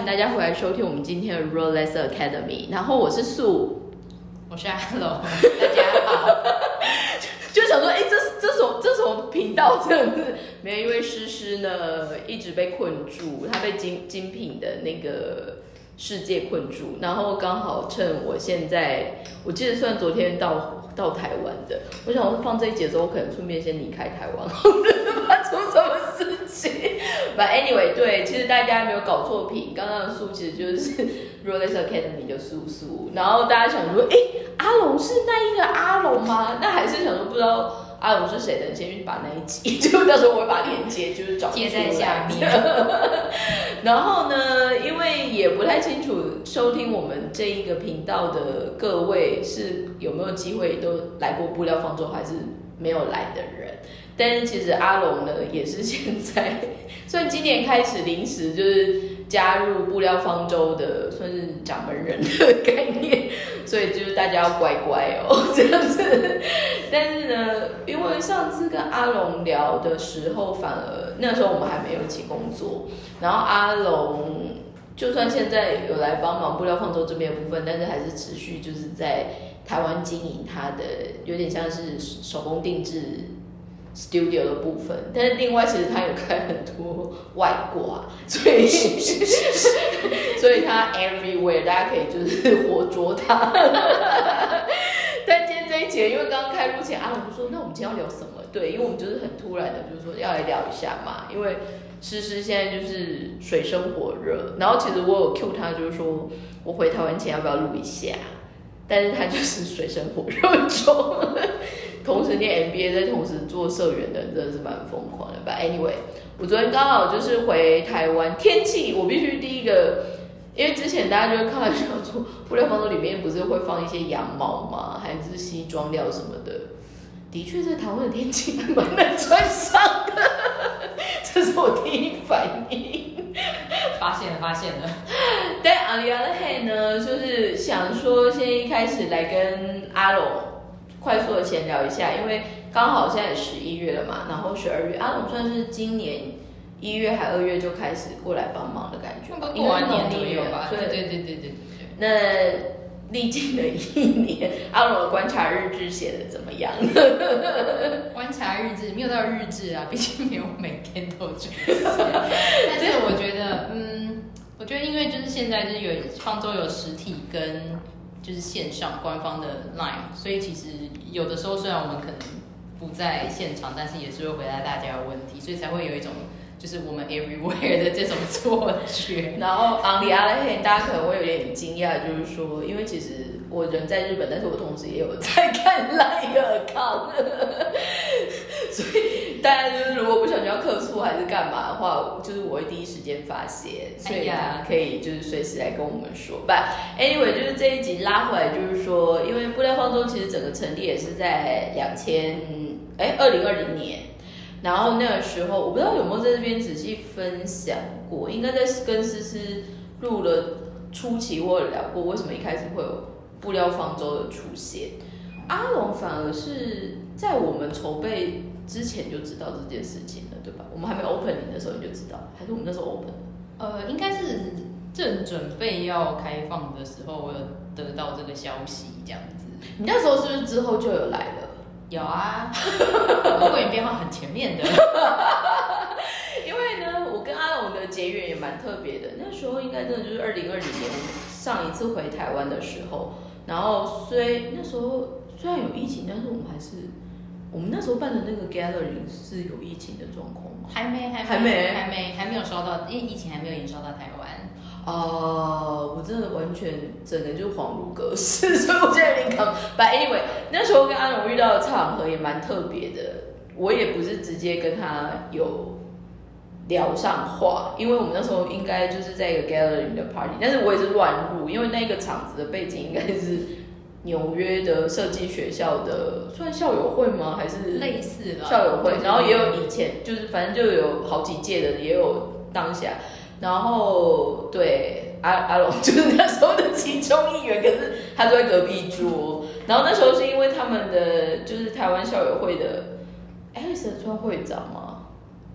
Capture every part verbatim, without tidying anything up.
迎大家回来收听我们今天的 Rolex Academy。然后我是素， 我是阿龙，大家好。 就想说，哎、欸，这这什这什么频道这样子？没有，因为诗诗呢一直被困住，她被精精品的那个世界困住，然后刚好趁我现在，我记得算昨天到到台湾的，我想说放这一节之后，我可能顺便先离开台湾，发出什么事情。But anyway， 对，其实大家没有搞错屏，刚刚的苏其实就是 Rolex Academy 的苏苏，然后大家想说，哎、欸，阿龙是那一个阿龙吗？那还是想说不知道阿龙是谁的，你先去把那一集，就到时候我会把链接就是找贴在下面。 然后呢，因为也不太清楚收听我们这一个频道的各位是有没有机会都来过布料方舟，还是没有来的人。但是其实阿龙呢，也是现在虽然今年开始临时就是加入布料方舟的，算是掌门人的概念，所以就是大家要乖乖哦，这样子。但是呢，因为上次跟阿龙聊的时候，反而那时候我们还没有一起工作，然后阿龙就算现在有来帮忙布料方舟这边的部分，但是还是持续就是在台湾经营他的有点像是手工定制studio 的部分，但是另外其实他有开很多外挂，所以所以他 everywhere， 大家可以就是活捉他。但今天这一节，因为刚刚开录前，阿龙就说：“那我们今天要聊什么？”对，因为我们就是很突然的，就是说要来聊一下嘛。因为诗诗现在就是水深火热，然后其实我有 cue 他，就是说我回台湾前要不要录一下，但是他就是水深火热中。同时念 M B A， 在同时做社员的人真的是蛮疯狂的吧 ？Anyway， 我昨天刚好就是回台湾，天气我必须第一个，因为之前大家就会看到说布料方舟里面不是会放一些羊毛吗？还是西装料什么的，的确在台湾的天气还蛮难穿上的，这是我第一反应。 发现了，发现了。 但 on the other hand 呢，就是想说先一开始来跟阿龙快速的闲聊一下，因为刚好现在十一月了嘛，然后十二月，阿龙算是今年一月还二月就开始过来帮忙的感觉， 过完年左右吧。对对对对对。 那历经了一年，阿龙的观察日志写的怎么样？ 观察日志没有到日志啊，毕竟没有每天都出现。但是我觉得，嗯，我觉得因为就是现在就是有方舟有实体跟就是线上官方的 line， 所以其实有的时候虽然我们可能不在现场，但是也是会回答大家的问题，所以才会有一种就是我们 everywhere 的这种错觉。 然后 on the other hand， 大家可能会有点惊讶，就是说，因为其实我人在日本，但是我同时也有在看 line 的 account， 所以大家就是如果不小心要客诉还是干嘛的话，就是我会第一时间发现，所以大家可以就是随时来跟我们说。But anyway， 就是这一集拉回来，就是说，因为布料方舟其实整个成立也是在两千哎二零二零年。然后那个时候，我不知道有没有在这边仔细分享过，应该在跟思思录了初期，我有聊过为什么一开始会有布料方舟的出现。阿龙反而是在我们筹备之前就知道这件事情了，对吧？我们还没有 opening 的时候你就知道，还是我们那时候 open？ 呃，应该是正准备要开放的时候，我有得到这个消息，这样子。 你那时候是不是之后就有来了？ 有啊，我会员编号很前面的。 因为呢，我跟阿龙的结缘也蛮特别的。那时候应该真的就是二零二零年上一次回台湾的时候，然后虽那时候虽然有疫情，但是我们还是我们那时候办的那个 gathering 是有疫情的状况吗？ 还没，还没， 还没， 还没，还没有烧到，因为疫情还没有延烧到台湾。 哦、uh, 我真的完全整个就恍如隔世，所以我现在有点搞。But anyway， 那时候跟阿龙遇到的场合也蛮特别的。我也不是直接跟他有聊上话，因为我们那时候应该就是在一个 gathering 的 party， 但是我也是乱入，因为那个场子的背景应该是纽约的设计学校的，算校友会吗？还是类似的校友会？然后也有以前就是反正就有好几届的，也有当下。然后对阿阿龙就是那时候的其中一员，可是他坐在隔壁桌。然后那时候是因为他们的就是台湾校友会的 Alex 算会长吗？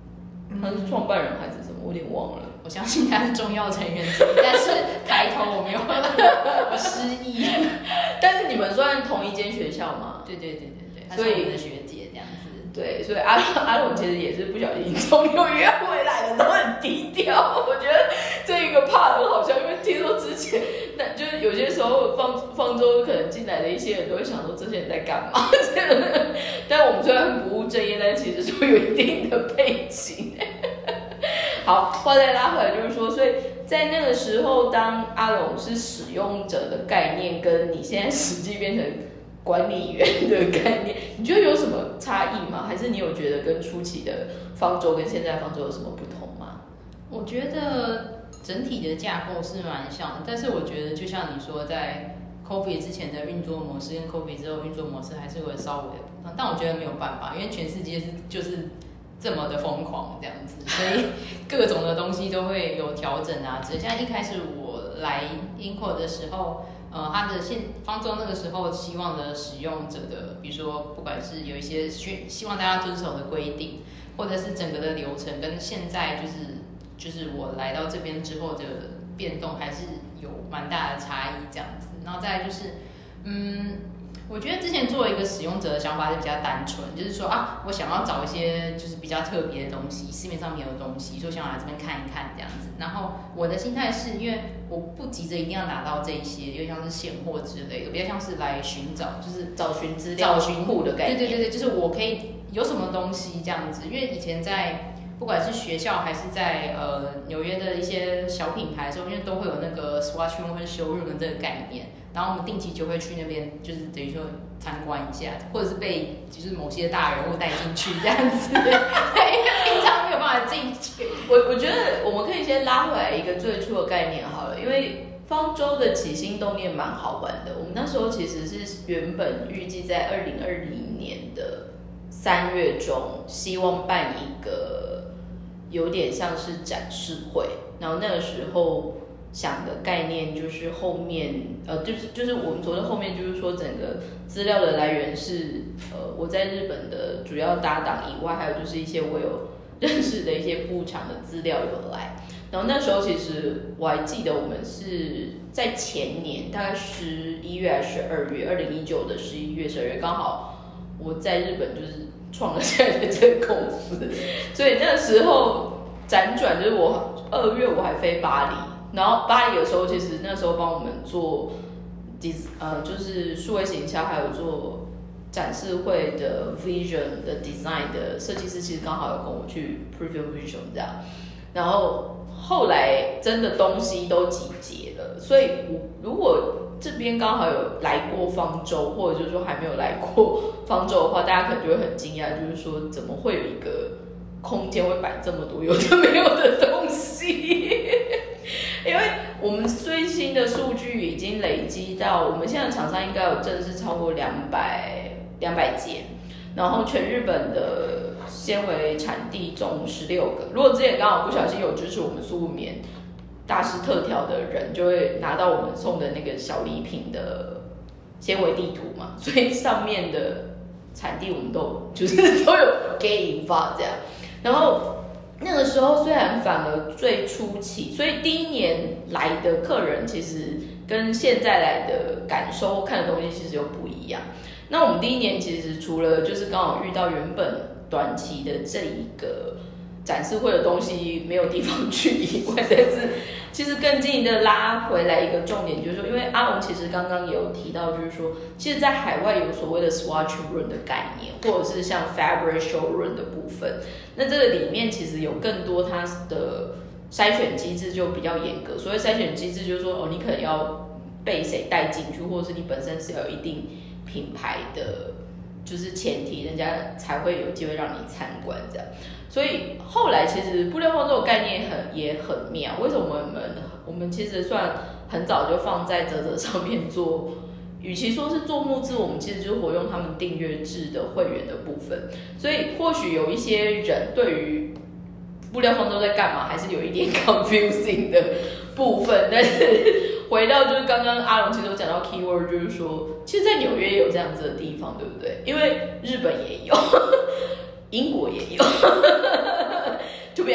他是创办人还是什么？我有点忘了。 我相信他是重要成员之一，但是抬头我没有，我失忆。 但是你们算同一间学校吗？ 对对对对对，她所以是我们的学姐这样子。 对，所以阿阿龙其实也是不小心从纽约回来的，都很低调。我觉得这一个 part 很好笑，因为听说之前，那就是有些时候方方舟可能进来的一些人都会想说这些人在干嘛。但我们虽然很不务正业，但其实都有一定的背景。好，话再拉回来，就是说，所以在那个时候，当阿龙是使用者的概念，跟你现在实际变成管理员的概念，你觉得有什么差异吗？还是你有觉得跟初期的方舟跟现在方舟有什么不同吗？ 我觉得整体的架构是蛮像的，但是我觉得就像你说，在 COVID 之前的运作模式跟 COVID 之后运作模式还是会稍微的不同，但我觉得没有办法，因为全世界是就是这么的疯狂这样子，所以各种的东西都会有调整啊。只是像一开始我来 Inco 的时候，呃，它的现方舟那个时候希望的使用者的，比如说不管是有一些希希望大家遵守的规定，或者是整个的流程，跟现在就是就是我来到这边之后的变动，还是有蛮大的差异这样子。然后再来就是，嗯。我觉得之前作为一个使用者的想法是比较单纯，就是说啊，我想要找一些就是比较特别的东西，市面上没有的东西，所以想来这边看一看这样子。然后我的心态是因为我不急着一定要拿到这一些，有点像是现货之类的，比较像是来寻找，就是找寻资料、找寻库的概念。 对对对对，就是我可以有什么东西这样子。因为以前在不管是学校还是在呃纽约的一些小品牌的时候，因为都会有那个 swatch room 跟 showroom 的这个概念。然后我们定期就会去那边，就是等于说参观一下，或者是被就是某些大人物带进去这样子，因为平常没有办法进去。 我我觉得我们可以先拉回来一个最初的概念好了，因为方舟的起心动念蛮好玩的。我们那时候其实是原本预计在二零二零年的三月中，希望办一个有点像是展示会，然后那个时候。想的概念就是后面，呃，就是就是我们说的后面，就是说整个资料的来源是，呃，我在日本的主要搭档以外，还有就是一些我有认识的一些布厂的资料有来。然后那时候其实我还记得，我们是在前年，大概十一月还是十二月，二零一九的十一月、十二月，刚好我在日本就是创了现在的这个公司，所以那时候辗转就是我二月我还飞巴黎。然后巴黎有时候其实那时候帮我们做，呃，就是数位行销，还有做展示会的 vision 的 design 的设计师，其实刚好有跟我去 preview vision 这样。然后后来真的东西都集结了，所以我如果这边刚好有来过方舟，或者就是说还没有来过方舟的话，大家可能就会很惊讶，就是说怎么会有一个空间会摆这么多有的没有的东西？因为我们最新的数据已经累积到，我们现在厂商应该有正式超过两百两百间，然后全日本的纤维产地总十六个。如果之前刚好不小心有支持我们苏棉大师特调的人，就会拿到我们送的那个小礼品的纤维地图嘛，所以上面的产地我们都就是都有给引发这样，然后。那个时候虽然反而最初期，所以第一年来的客人其实跟现在来的感受看的东西其实又不一样。那我们第一年其实除了就是刚好遇到原本短期的这一个展示会的东西没有地方去以外，但是其实更进一步的拉回来一个重点，就是说，因为阿龙其实刚刚也有提到，就是说，其实，在海外有所谓的 swatch room 的概念，或者是像 fabric showroom 的部分，那这个里面其实有更多它的筛选机制就比较严格。所谓筛选机制，就是说，哦，你可能要被谁带进去，或者是你本身是要有一定品牌的。就是前提，人家才会有机会让你参观这样。所以后来其实布料方舟的概念很也很妙。为什么我们我们其实算很早就放在嘖嘖上面做，与其说是做募资，我们其实就是活用他们订阅制的会员的部分。所以或许有一些人对于布料方舟在干嘛，还是有一点 confusing 的部分，但是。回到就是刚刚阿龙其实有讲到 keyword， 就是说，其实，在纽约也有这样子的地方，对不对？因为日本也有，英国也有，to be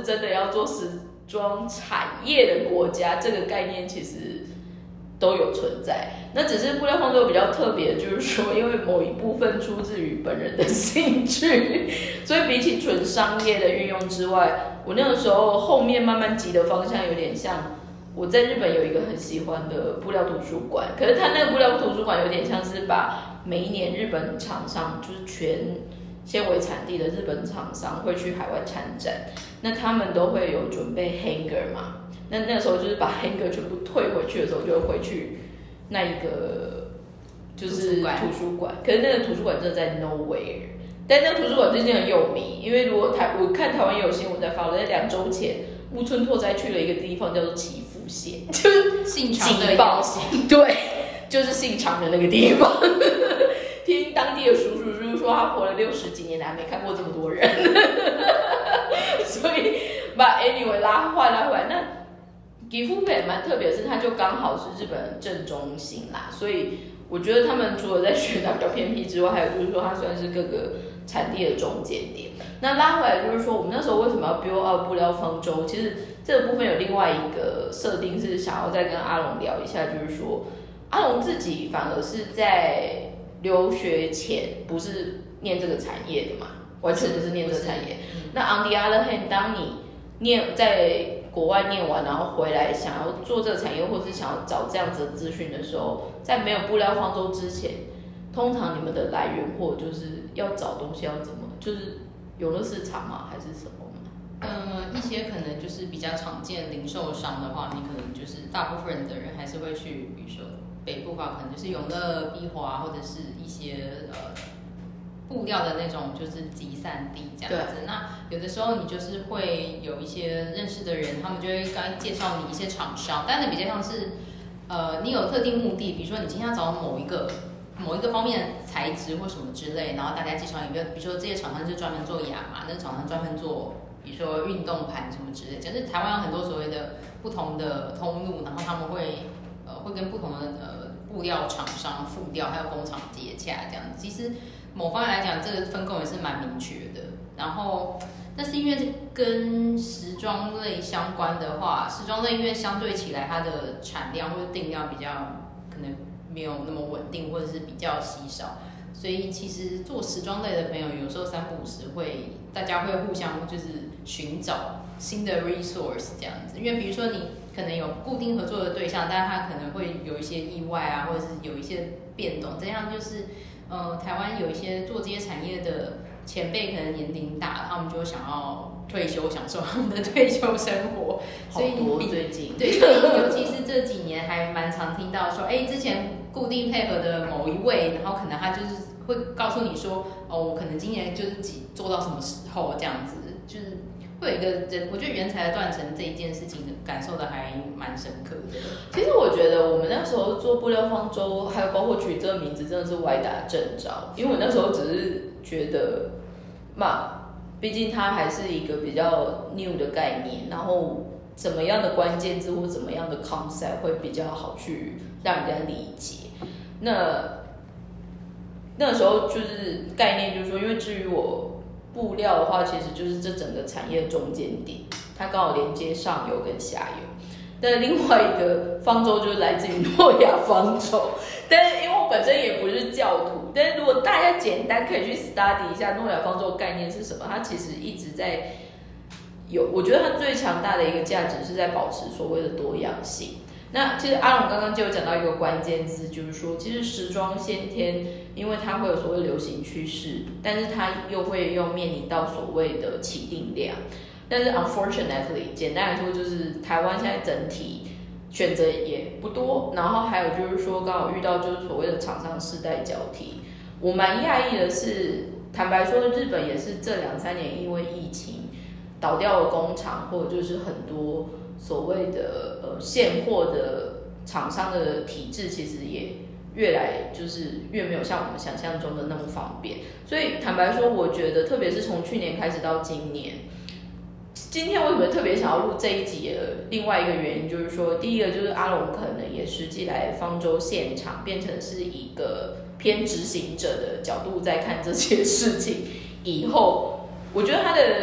是真的要做时装产业的国家，这个概念其实都有存在。那只是布料方舟比较特别，就是说，因为某一部分出自于本人的兴趣，所以比起纯商业的运用之外，我那个时候后面慢慢急的方向有点像，我在日本有一个很喜欢的布料图书馆，可是它那个布料图书馆有点像是把每一年日本厂商，就是全纤维产地的日本厂商会去海外参展，那他们都会有准备 hanger 嘛，那那个时候就是把 hanger 全部退回去的时候，就会回去那一个就是图书馆，可是那个图书馆真的在 nowhere， 但那个图书馆最近很有名，因为如果台我看台湾也有新闻在发，我在两周前木村拓哉去了一个地方叫做岐阜县，就是姓长的报对，就是姓长的那个地方。听当地的叔叔叔叔说，他活了六十几年来没看过这么多人，所以把 anyway 拉换拉回来。那岐阜也蛮特别的是，它就刚好是日本正中心啦，所以我觉得他们除了在学它比较偏僻之外，还有就是说它算是各个产地的中间点。那拉回来就是说，我们那时候为什么要 build up 布料方舟？其实这个部分有另外一个设定是想要再跟阿龙聊一下，就是说阿龙自己反而是在留学前不是念这个产业的嘛，完全不是念这个产业。那 on the other hand， 当你念在国外念完，然后回来想要做这个产业，或是想要找这样子的资讯的时候，在没有布料方舟之前，通常你们的来源或就是要找东西要怎么，就是永乐市场吗，还是什么吗？ 嗯，一些可能就是比较常见零售商的话，你可能就是大部分的人还是会去，比如说北部的话，可能就是永乐、碧华或者是一些呃布料的那种就是集散地这样子。那有的时候你就是会有一些认识的人，他们就会刚介绍你一些厂商，但是比较像是呃你有特定目的，比如说你今天要找某一个某一个方面的材质或什么之类，然后大家介绍一个，比如说这些厂商是专门做亚麻，那个厂商专门做比如说运动盘什么之类，就是台湾有很多所谓的不同的通路，然后他们会呃会跟不同的呃布料厂商、副料还有工厂接洽这样子。其实某方面来讲，这个分工也是蛮明确的。然后，但是因为跟时装类相关的话，时装类因为相对起来它的产量或者定量比较可能没有那么稳定，或者是比较稀少。所以其实做时装类的朋友，有时候三不五时会，大家会互相就是寻找新的 resource 这样子。因为比如说你可能有固定合作的对象，但是他可能会有一些意外啊，或者是有一些变动，这样就是呃，台湾有一些做这些产业的前辈，可能年龄大，他们就想要退休，享受他们的退休生活。所以好多最近对，尤其是这几年还蛮常听到说，哎，之前固定配合的某一位，然后可能他就是会告诉你说，哦，我可能今年就是几做到什么时候这样子，就是会有一个人，我觉得人才的断层这一件事情感受的还蛮深刻的。 其实我觉得我们那时候做布料方舟，还有包括取这个名字，真的是歪打正着。因为我那时候只是觉得，嘛，毕竟它还是一个比较 new 的概念，然后怎么样的关键字或怎么样的 concept 会比较好去让人家理解。那那时候就是概念，就是说，因为至于我布料的话，其实就是这整个产业中间点，它刚好连接上游跟下游。但另外一个方舟就是来自于诺亚方舟，但是因为我本身也不是教徒，但是如果大家简单可以去 study 一下诺亚方舟的概念是什么，它其实一直在有，我觉得它最强大的一个价值是在保持所谓的多样性。那其实阿龙刚刚就有讲到一个关键字，就是说，其实时装先天，因为它会有所谓流行趋势，但是它又会又面临到所谓的起定量。但是 unfortunately， 简单来说就是台湾现在整体选择也不多，然后还有就是说刚好遇到就是所谓的厂商世代交替。我蛮讶异的是，坦白说，日本也是这两三年因为疫情倒掉了工厂，或者就是很多所谓的呃现货的厂商的体制，其实也越来就是越没有像我们想象中的那么方便。所以坦白说，我觉得特别是从去年开始到今年。今天为什么特别想要录这一集的另外一个原因，就是说，第一个就是阿龙可能也实际来方舟现场，变成是一个偏执行者的角度在看这些事情以后，我觉得他的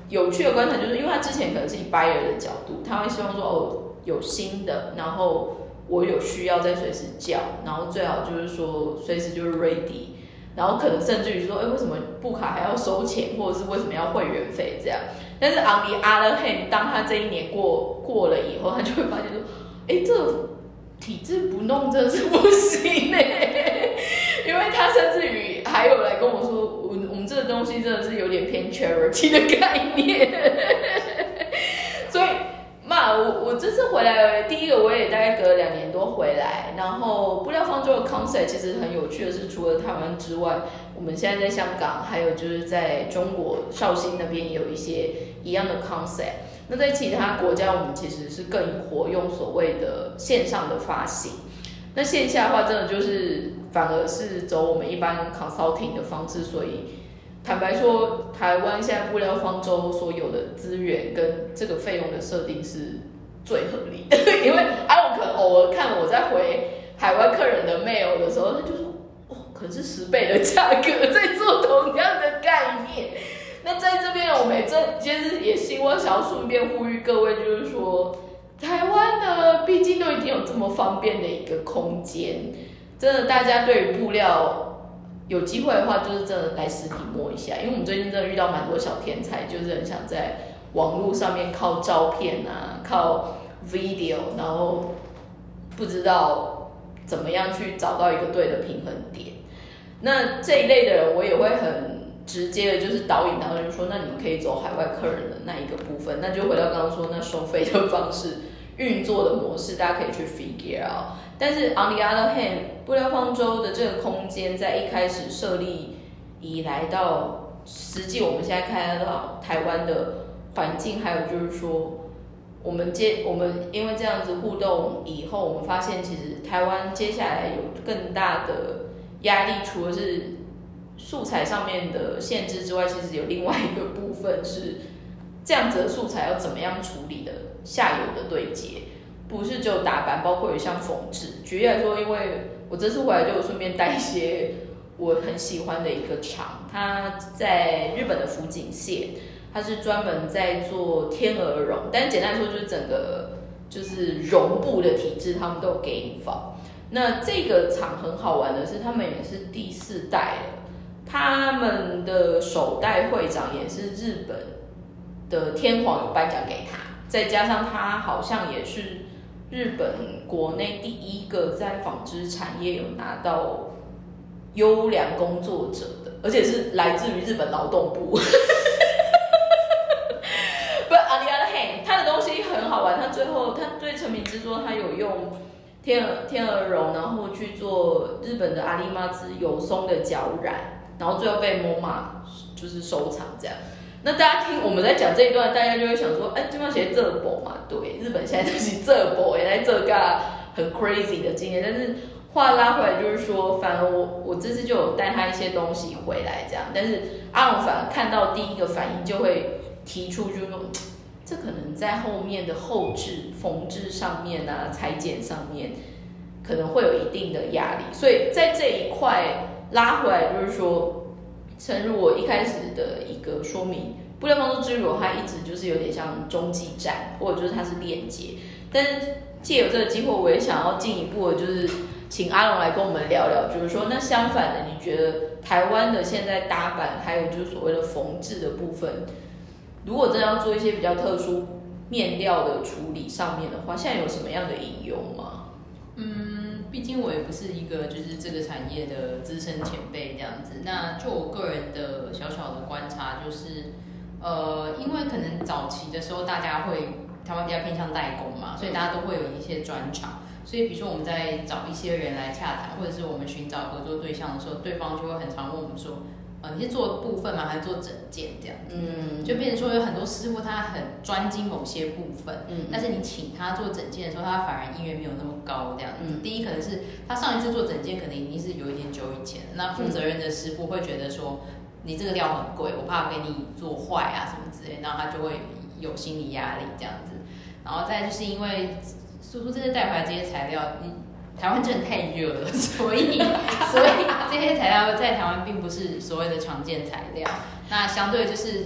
有趣的观察就是，因为他之前可能是以 buyer 的角度，他会希望说哦有新的，然后我有需要再随时叫，然后最好就是说随时就是 ready， 然后可能甚至于说，哎，为什么布卡还要收钱，或者是为什么要会员费这样？但是 on the other hand， 当他这一年过过了以后，他就会发现说，哎，这个体制不弄真的是不行呢，因为他甚至于还有来跟我说，我我们这个东西真的是有点偏 charity 的概念，所以嘛，我我这次回来，第一个我也大概隔了两年多回来，然后布料方舟的 concept 其实很有趣的是，除了台湾之外，我们现在在香港，还有就是在中国绍兴那边也有一些一样的 concept。那在其他国家，我们其实是更活用所谓的线上的发行。那线下的话，真的就是反而是走我们一般 consulting 的方式。所以坦白说，台湾现在布料方舟所有的资源跟这个费用的设定是最合理的。因为阿龙可能偶尔看我在回海外客人的 mail 的时候，他就说，哦，可能是十倍的价格在做同样的概念。那在这边，我们也这其实也希望想要顺便呼吁各位，就是说，台湾呢，毕竟都已经有这么方便的一个空间，真的，大家对于布料有机会的话，就是真的来实体摸一下，因为我们最近真的遇到蛮多小天才，就是很想在网络上面靠照片啊，靠 video， 然后不知道怎么样去找到一个对的平衡点。那这一类的人，我也会很直接的就是导引他们，就是说，那你们可以走海外客人的那一个部分，那就回到刚刚说那收费的方式、运作的模式，大家可以去 figure out。但是 on the other hand， 布料方舟的这个空间在一开始设立以来到实际我们现在看到台湾的环境，还有就是说，我们接我们因为这样子互动以后，我们发现其实台湾接下来有更大的压力，除了是素材上面的限制之外，其实有另外一个部分是这样子的素材要怎么样处理的下游的对接，不是只有打版，包括有像缝制。举例来说，因为我这次回来就有顺便带一些我很喜欢的一个厂，它在日本的福井县，它是专门在做天鹅绒，但简单来说就是整个就是绒布的体制，他们都有给你放。那这个厂很好玩的是，他们也是第四代了。他们的首代会长也是日本的天皇有颁奖给他，再加上他好像也是日本国内第一个在纺织产业有拿到优良工作者的，而且是来自于日本劳动部。But on the other hand， 他的东西很好玩，他最后他最成名之作，他有用天鹅天鹅绒，然后去做日本的阿里妈兹有松的脚染。然后最后被 M O M A 就是收藏这样。那大家听我们在讲这一段，大家就会想说，哎，这帮写这波嘛，对，日本现在就是这波，也在这个很 crazy 的经验。但是话拉回来就是说，反而我我这次就有带他一些东西回来这样，但是阿龙反而看到第一个反应就会提出，就是说，这可能在后面的后制、缝制上面啊、裁剪上面，可能会有一定的压力，所以在这一块。拉回来就是说，诚如我一开始的一个说明，布料方舟之旅它一直就是有点像中继站，或者就是它是链接。但是借由这个机会，我也想要进一步的，就是请阿龙来跟我们聊聊，就是说，那相反的，你觉得台湾的现在搭版，还有就是所谓的缝制的部分，如果真的要做一些比较特殊面料的处理上面的话，现在有什么样的应用吗？ 嗯，毕竟我也不是一个就是这个产业的资深前辈这样子。那就我个人的小小的观察，就是呃，因为可能早期的时候大家会台湾比较偏向代工嘛，所以大家都会有一些专长。所以比如说我们在找一些人来洽谈，或者是我们寻找合作对象的时候，对方就会很常问我们说，呃，你是做部分吗？还是做整件这样子？嗯，就变成说有很多师傅他很专精某些部分，嗯，但是你请他做整件的时候，他反而意愿没有那么高这样子。嗯，第一可能是他上一次做整件可能已经是有一点久以前，那负责任的师傅会觉得说，你这个料很贵，我怕给你做坏啊什么之类，然后他就会有心理压力这样子。然后再就是因为叔叔这次带回来这些材料，台湾真的太热了，所以所以这些材料在台湾并不是所谓的常见材料。那相对就是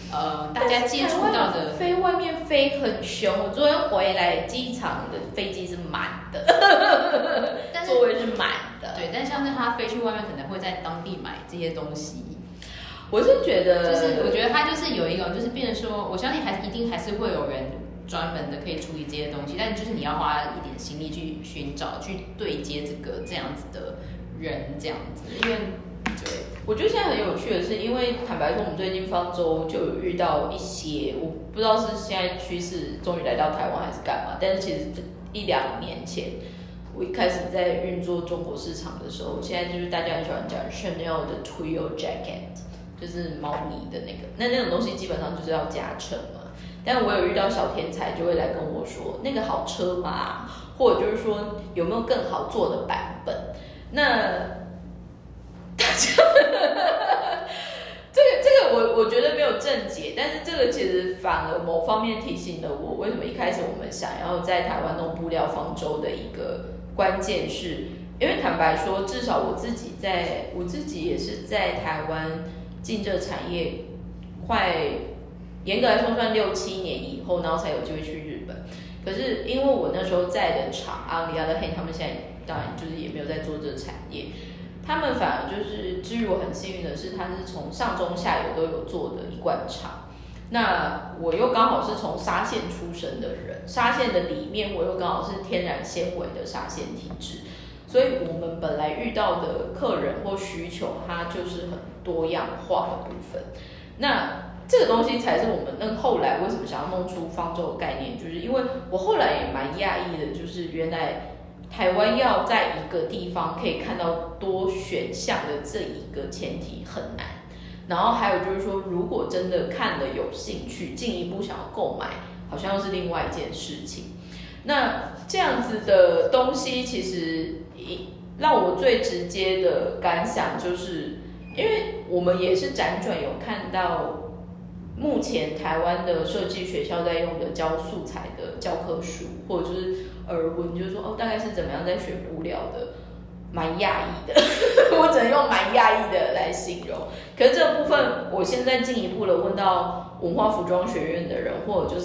呃大家接触到的。 飞外面飞很凶，我昨天回来机场的飞机是满的，座位是满的。 对，但像是他飞去外面，可能会在当地买这些东西。 我是觉得， 就是我觉得他就是有一种，就是变成说，我相信还一定还是会有人专门的可以处理这些东西，但就是你要花一点心力去寻找、去对接这个这样子的人，这样子。因为对， 我觉得现在很有趣的是，因为坦白说，我们最近方舟就有遇到一些，我不知道是现在趋势终于来到台湾还是干嘛，但是其实一两年前。我一开始在运作中国市场的时候，现在就是大家很喜欢讲 Chanel 的 Twill Jacket， 就是猫呢的那个，那那种东西基本上就是要加成嘛。但我有遇到小天才就会来跟我说，那个好车吗？或者就是说有没有更好做的版本？那大家这个这个我我觉得没有正解，但是这个其实反而某方面提醒了我，为什么一开始我们想要在台湾弄布料方舟的一个关键是，因为坦白说，至少我自己在我自己也是在台湾进这产业快严格来说算六七年以后，然后才有机会去日本。可是因为我那时候在的厂阿里亚的黑，他们现在当然就是也没有在做这个产业。他们反而就是，至于我很幸运的是，他是从上中下游都有做的一贯厂。那我又刚好是从纱线出身的人，纱线的里面我又刚好是天然纤维的纱线体质，所以我们本来遇到的客人或需求，它就是很多样化的部分。那这个东西才是我们那后来为什么想要弄出方舟的概念，就是因为我后来也蛮讶异的，就是原来。台湾要在一个地方可以看到多选项的这一个前提很难，然后还有就是说，如果真的看了有兴趣，进一步想要购买，好像又是另外一件事情。那这样子的东西，其实让我最直接的感想就是，因为我们也是辗转有看到，目前台湾的设计学校在用的教素材的教科书，或者就是耳闻，就是说哦，大概是怎么样在学布料的，蛮讶异的。我只能用蛮讶异的来形容。可是这个部分，我现在进一步的问到文化服装学院的人，或者就是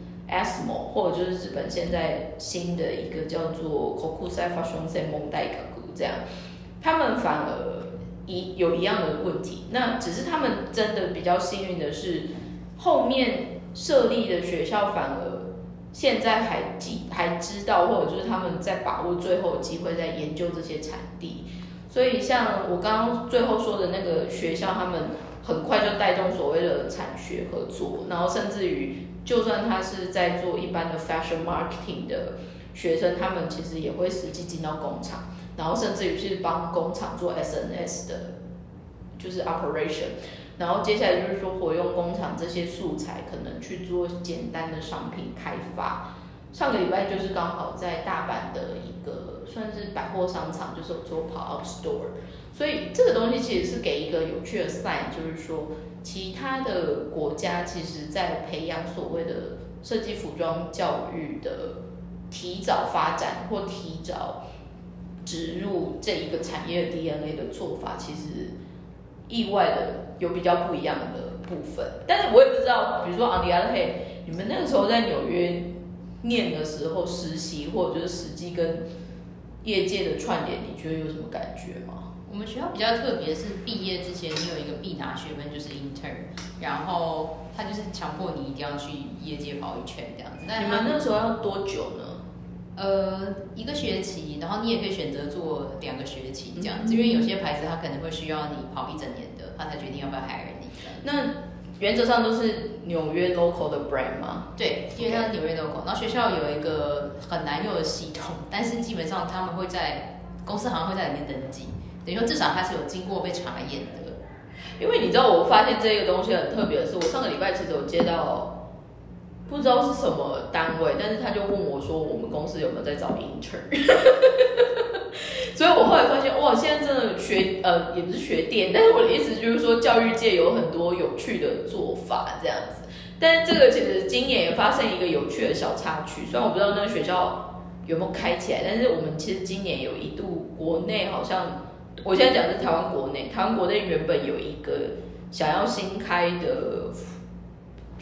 A S M O， 或者就是日本现在新的一个叫做 Kokusai Fashion Seimon Daikaku 这样，他们反而一有一样的问题。那只是他们真的比较幸运的是，后面设立的学校反而。现在还记还知道，或者就是他们在把握最后的机会，在研究这些产地。所以像我刚刚最后说的那个学校，他们很快就带动所谓的产学合作，然后甚至于，就算他是在做一般的 fashion marketing 的学生，他们其实也会实际进到工厂，然后甚至于是帮工厂做 S N S 的，就是 operation。然后接下来就是说，活用工厂这些素材，可能去做简单的商品开发。上个礼拜就是刚好在大阪的一个算是百货商场，就是有做 pop-up store。所以这个东西其实是给一个有趣的 sign， 就是说其他的国家其实在培养所谓的设计服装教育的提早发展或提早植入这一个产业的 D N A 的做法，其实。意外的有比较不一样的部分，但是我也不知道，比如说 on the other hand， 你们那个时候在纽约念的时候实习，或者就是实际跟业界的串联，你觉得有什么感觉吗？ 我们学校比较特别，是毕业之前你有一个必拿学分，就是 intern， 然后他就是强迫你一定要去业界跑一圈这样子。 你们那时候要多久呢？ 呃，一个学期，然后你也可以选择做两个学期这样子，嗯、因为有些牌子它可能会需要你跑一整年的，他才决定要不要 hire 你。 那原则上都是纽约 local 的 brand 吗？ 对，基本上是纽约 local。然后学校有一个很难用的系统，但是基本上他们会在公司好像会在里面登记，等于说至少它是有经过被查验的。 因为你知道，我发现这个东西很特别的是，我上个礼拜其实有接到。不知道是什么单位，但是他就问我说，我们公司有没有在找 intern？ 所以我后来发现，哇，现在真的学呃也不是学电，但是我的意思就是说，教育界有很多有趣的做法这样子。但是这个其实今年也发生一个有趣的小插曲，虽然我不知道那个学校有没有开起来，但是我们其实今年有一度国内好像，我现在讲的是台湾国内，台湾国内原本有一个想要新开的。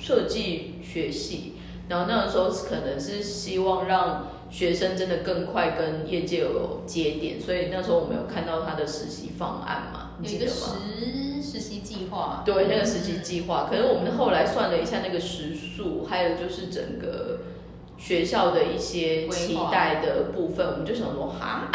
设计学系，然后那个时候可能是希望让学生真的更快跟业界有接点，所以那时候我们有看到他的实习方案嘛，你记得吗？ 有一个实实习计划， 对，那个实习计划。可是我们后来算了一下那个时数，还有就是整个学校的一些期待的部分，我们就想说哈。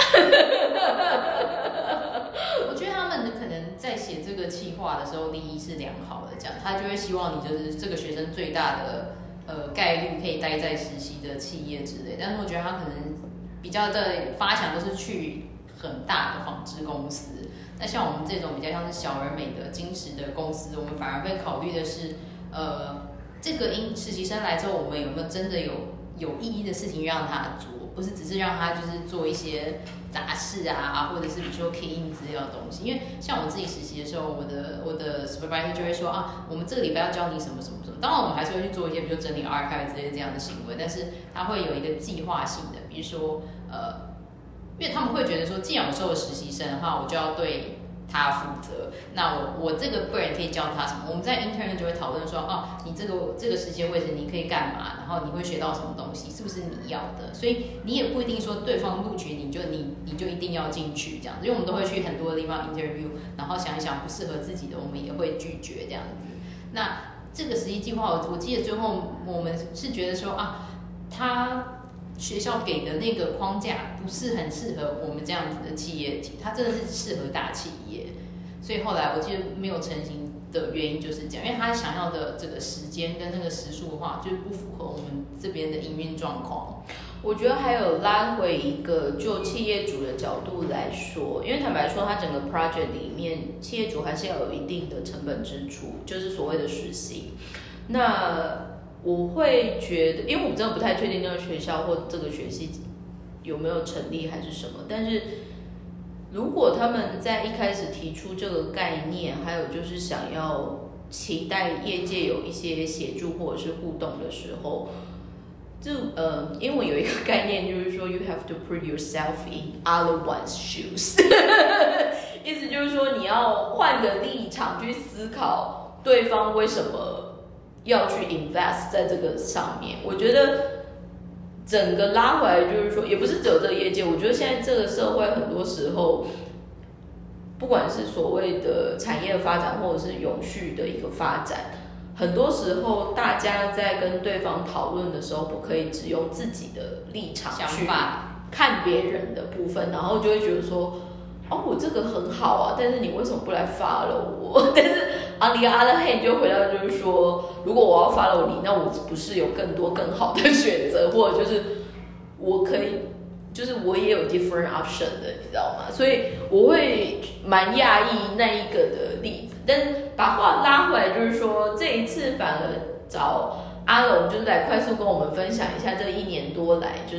我觉得他们可能在写这个企划的时候，利益是良好的，这样他就会希望你就是这个学生最大的呃概率可以待在实习的企业之类。但是我觉得他可能比较的发想都是去很大的纺织公司。那像我们这种比较像是小而美的精实的公司，我们反而会考虑的是，呃，这个因实习生来之后，我们有没有真的有有意义的事情让他做，不是只是让他就是做一些杂事啊，或者是比如说 key in 资料的东西。因为像我自己实习的时候，我的我的 supervisor 就会说啊，我们这个礼拜要教你什么什么什么。当然我们还是会去做一些比如说整理 archive 之类这样的行为，但是他会有一个计划性的，比如说呃。因为他们会觉得说，既然我收了实习生的话，我就要对他负责。那我我这个 brand 可以教他什么？我们在 intern 就会讨论说，哦，你这个这个实习位置你可以干嘛？然后你会学到什么东西？是不是你要的？所以你也不一定说对方录取你就你你就一定要进去这样子，因为我们都会去很多的地方 interview， 然后想一想不适合自己的，我们也会拒绝这样子。那这个实习计划，我我记得最后我们是觉得说啊，他。学校给的那个框架不是很适合我们这样子的企业体，它真的是适合大企业，所以后来我记得没有成型的原因就是这样，因为他想要的这个时间跟那个时数的话，就是不符合我们这边的营运状况。 我觉得还有拉回一个就企业主的角度来说，因为坦白说，它整个 project 里面，企业主还是要有一定的成本支出，就是所谓的实习。那我会觉得，因为我真的不太确定那个学校或这个学系有没有成立还是什么，但是如果他们在一开始提出这个概念，还有就是想要期待业界有一些协助或者是互动的时候，就呃，英文有一个概念就是说 ，you have to put yourself in other one's shoes， 意思就是说你要换个立场去思考对方为什么要去 invest 在这个上面。我觉得整个拉回来就是说，也不是只有这个业界，我觉得现在这个社会很多时候，不管是所谓的产业的发展，或者是永续的一个发展，很多时候大家在跟对方讨论的时候，不可以只用自己的立场去看别人的部分，然后就会觉得说，哦，我这个很好啊，但是你为什么不来 follow 我？但是 on the other hand 就回到就是说，如果我要 follow 你，那我不是有更多更好的选择，或者就是我可以，就是我也有 different option 的，你知道吗？所以我会蛮讶异那一个的例子。但是把话拉回来，就是说这一次反而找阿龙，就是来快速跟我们分享一下这一年多来，就是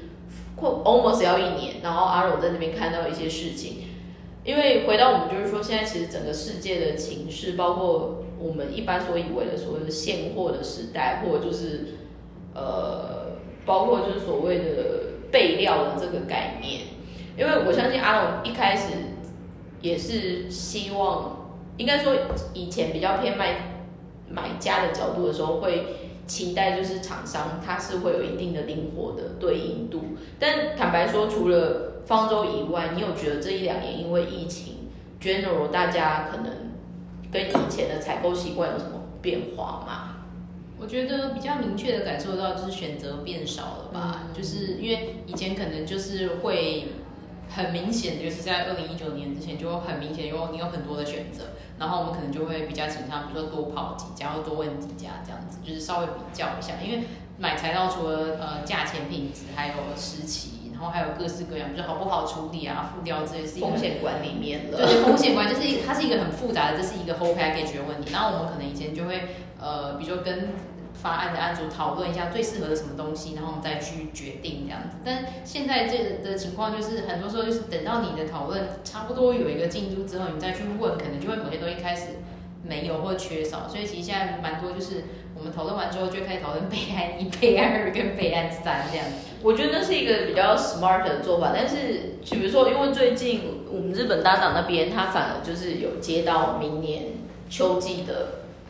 almost 要一年，然后阿龙在那边看到一些事情。因为回到我们就是说，现在其实整个世界的情势，包括我们一般所以为的所谓的现货的时代，或者就是呃，包括就是所谓的备料的这个概念。因为我相信阿龙一开始也是希望，应该说以前比较偏卖买家的角度的时候，会期待就是厂商它是会有一定的灵活的对应度。但坦白说，除了方舟以外，你有觉得这一两年因为疫情 ，general 大家可能跟以前的采购习惯有什么变化吗？ 我觉得比较明确的感受到就是选择变少了吧， 嗯、 就是因为以前可能就是会很明显的，就是在二零一九年之前就会很明显有你有很多的选择，然后我们可能就会比较倾向，比如说多跑几家或多问几家这样子，就是稍微比较一下，因为买材料除了呃价钱、品质，还有时期。然后还有各式各样，就是好不好处理啊，复雕这些是一个风险管理面了。 对，风险管就是它是一个很复杂的，这是一个 whole package 的问题。然后我们可能以前就会呃，比如说跟发案的案主讨论一下最适合的什么东西，然后我们再去决定这样子。但现在这个的情况就是，很多时候就是等到你的讨论差不多有一个进度之后，你再去问，可能就会某些东西开始没有或缺少。所以其实现在蛮多就是我们讨论完之后，就开始讨论备案一、备案二跟备案三这样子。 我觉得那是一个比较 smart 的做法，但是比如说，因为最近我们日本搭档那边，他反而就是有接到明年秋季的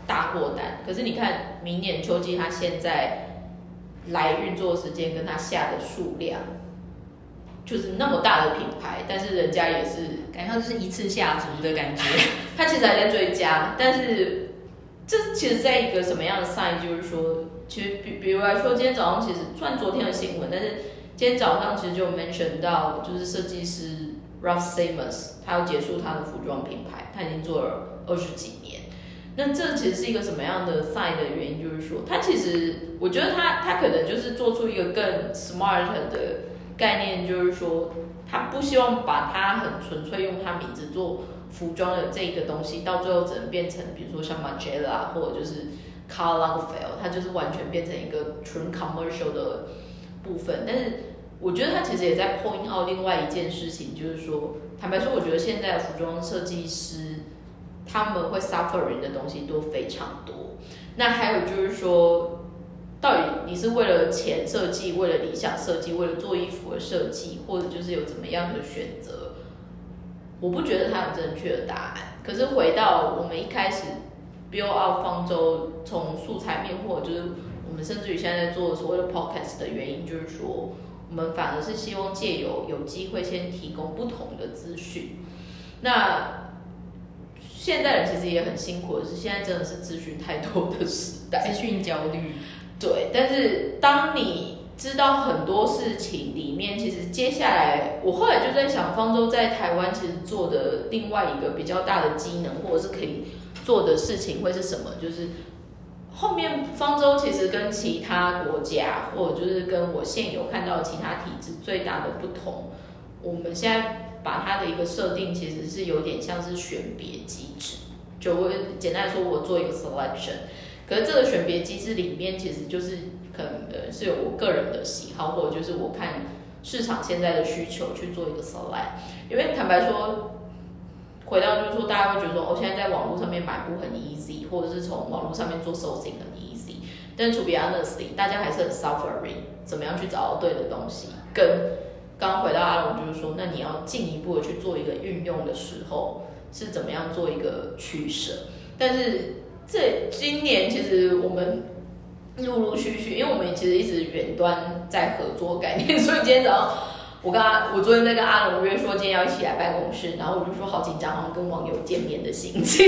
大货单，可是你看明年秋季它现在来运作时间跟它下的数量，就是那么大的品牌，但是人家也是感觉就是一次下足的感觉。 它其实还在追加，但是这其实在一个什么样的 sign， 就是说，其实比比如来说，今天早上其实算昨天的新闻，但是今天早上其实就有 mention 到，就是设计师 Ralph Simmons 他要结束他的服装品牌，他已经做了二十几年。那这其实是一个什么样的 sign 的原因？就是说，他其实我觉得他他可能就是做出一个更 smart 的概念，就是说，他不希望把它很纯粹用他名字做服装的这一个东西，到最后只能变成比如说像 Margiela 或者就是 Karl Lagerfeld， 它就是完全变成一个纯 commercial 的部分。但是我觉得他其实也在 point out 另外一件事情，就是说，坦白说，我觉得现在的服装设计师他们会 suffering 的东西都非常多。那还有就是说，到底你是为了钱设计，为了理想设计，为了做衣服而设计，或者就是有怎么样的选择？我不觉得它有正确的答案。可是回到我们一开始 build out 方舟，从素材面，或者就是我们甚至于现在在做所谓的 podcast 的原因，就是说，我们反而是希望借由有机会先提供不同的资讯。那现代人其实也很辛苦的是，现在真的是资讯太多的时代， 资讯焦虑。 对，但是当你知道很多事情里面，其实接下来我后来就在想，方舟在台湾其实做的另外一个比较大的机能，或者是可以做的事情会是什么？就是后面方舟其实跟其他国家，或者就是跟我现有看到的其他体制最大的不同，我们现在把它的一个设定其实是有点像是选别机制，就我简单来说，我做一个 selection。可是这个选别机制里面，其实就是可能呃是有我个人的喜好，或者就是我看市场现在的需求去做一个 select。因为坦白说，回到就是说，大家会觉得说，哦，现在在网络上面买布很 easy， 或者是从网络上面做 sourcing 很 easy。但 to be honestly， 大家还是很 suffering， 怎么样去找到对的东西？跟刚刚回到阿龙就是说，那你要进一步的去做一个运用的时候，是怎么样做一个取舍？但是这今年其实我们陆陆续续，因为我们其实一直远端在合作概念，所以今天早上我跟他，我昨天在跟阿龙约说今天要一起来办公室，然后我就说好紧张，好像跟网友见面的心情。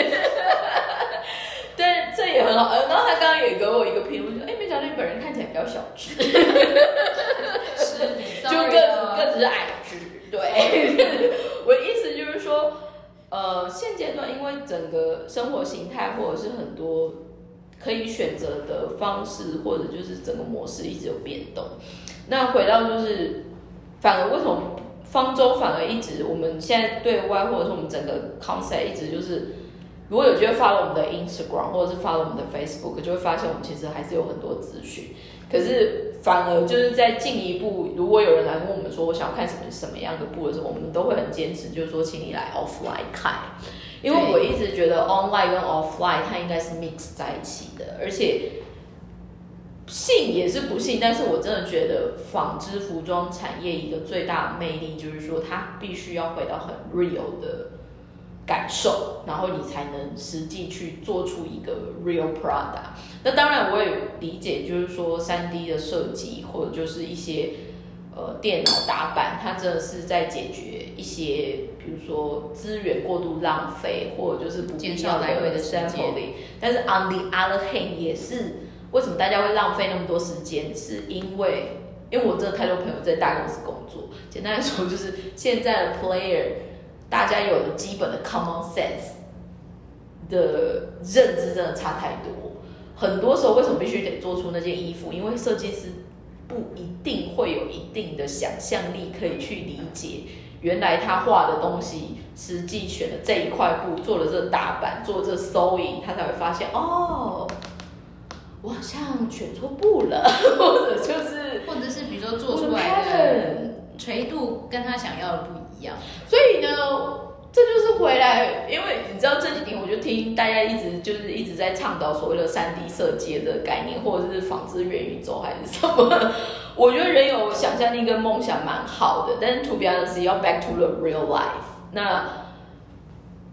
但这也很好，呃，然后他刚刚也给我一个评论，说，哎，没想到你本人看起来比较小只， 是， 就个子个子是矮只，对。我的意思就是说。呃，现阶段因为整个生活形态或者是很多可以选择的方式，或者就是整个模式一直有变动。那回到就是，反而为什么方舟反而一直我们现在对外或者是我们整个 concept 一直就是，如果有机会 follow 我们的 Instagram 或者是 follow 我们的 Facebook， 就会发现我们其实还是有很多资讯。可是反而就是在进一步，如果有人来问我们说我想要看什么什么样的布的时候，我们都会很坚持，就是说请你来 offline 看，因为我一直觉得 online 跟 offline 它应该是 mix 在一起的，而且信也是不信，但是我真的觉得纺织服装产业一个最大的魅力就是说它必须要回到很 real 的感受，然后你才能实际去做出一个 real product。那当然我也理解，就是说 三 D 的设计或者就是一些呃电脑打板，它真的是在解决一些比如说资源过度浪费，或者就是不必要的 sampling。但是 on the other hand 也是为什么大家会浪费那么多时间，是因为因为我真的太多朋友在大公司工作，简单来说就是现在的 player。大家有了基本的 common sense 的认知真的差太多，很多时候为什么必须得做出那件衣服？因为设计师不一定会有一定的想象力可以去理解，原来他画的东西实际选了这一块布，做了这个打板，做了这个 sewing， 他才会发现哦，我好像选错布了，或者就是或者是比如说做出来的垂度跟他想要的不一样。 所以呢，这就是回来，因为你知道这几年我就听大家一直就是一直在倡导所谓的 三 D 设计的概念，或者是纺织元宇宙还是什么。我觉得人有想象力跟梦想蛮好的，但是 to be honest 要 back to the real life。那